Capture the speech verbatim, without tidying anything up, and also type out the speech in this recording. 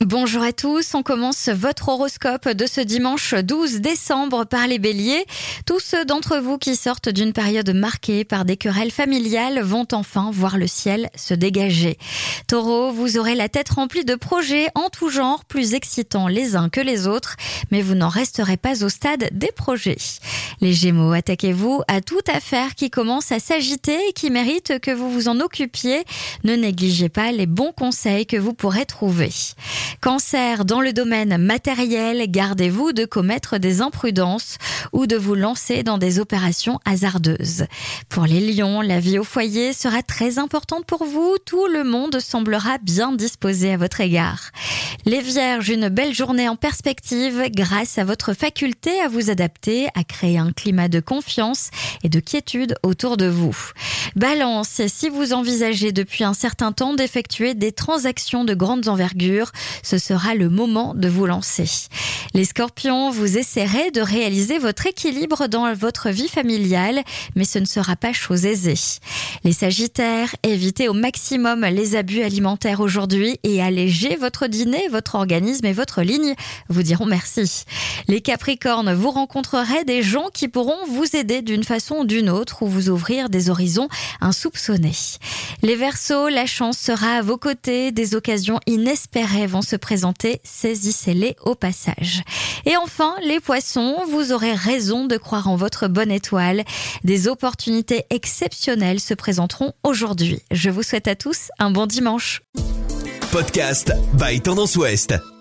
Bonjour à tous, on commence votre horoscope de ce dimanche douze décembre par les béliers. Tous ceux d'entre vous qui sortent d'une période marquée par des querelles familiales vont enfin voir le ciel se dégager. Taureau, vous aurez la tête remplie de projets en tout genre, plus excitants les uns que les autres, mais vous n'en resterez pas au stade des projets. Les Gémeaux, attaquez-vous à toute affaire qui commence à s'agiter et qui mérite que vous vous en occupiez. Ne négligez pas les bons conseils que vous pourrez trouver. Cancer, dans le domaine matériel, gardez-vous de commettre des imprudences ou de vous lancer dans des opérations hasardeuses. Pour les lions, la vie au foyer sera très importante pour vous. Tout le monde semblera bien disposé à votre égard. Les Vierges, une belle journée en perspective grâce à votre faculté à vous adapter, à créer un climat de confiance et de quiétude autour de vous. Balance, si vous envisagez depuis un certain temps d'effectuer des transactions de grandes envergures, ce sera le moment de vous lancer. Les Scorpions, vous essaierez de réaliser votre équilibre dans votre vie familiale, mais ce ne sera pas chose aisée. Les Sagittaires, évitez au maximum les abus alimentaires aujourd'hui et allégez votre dîner, votre organisme et votre ligne vous diront merci. Les Capricornes, vous rencontrerez des gens qui pourront vous aider d'une façon ou d'une autre ou vous ouvrir des horizons insoupçonnés. Les Verseaux, la chance sera à vos côtés, des occasions inespérées vont se présenter, saisissez-les au passage. Et enfin, les Poissons, vous aurez raison de croire en votre bonne étoile. Des opportunités exceptionnelles se présenteront aujourd'hui. Je vous souhaite à tous un bon dimanche. Podcast by Tendance Ouest.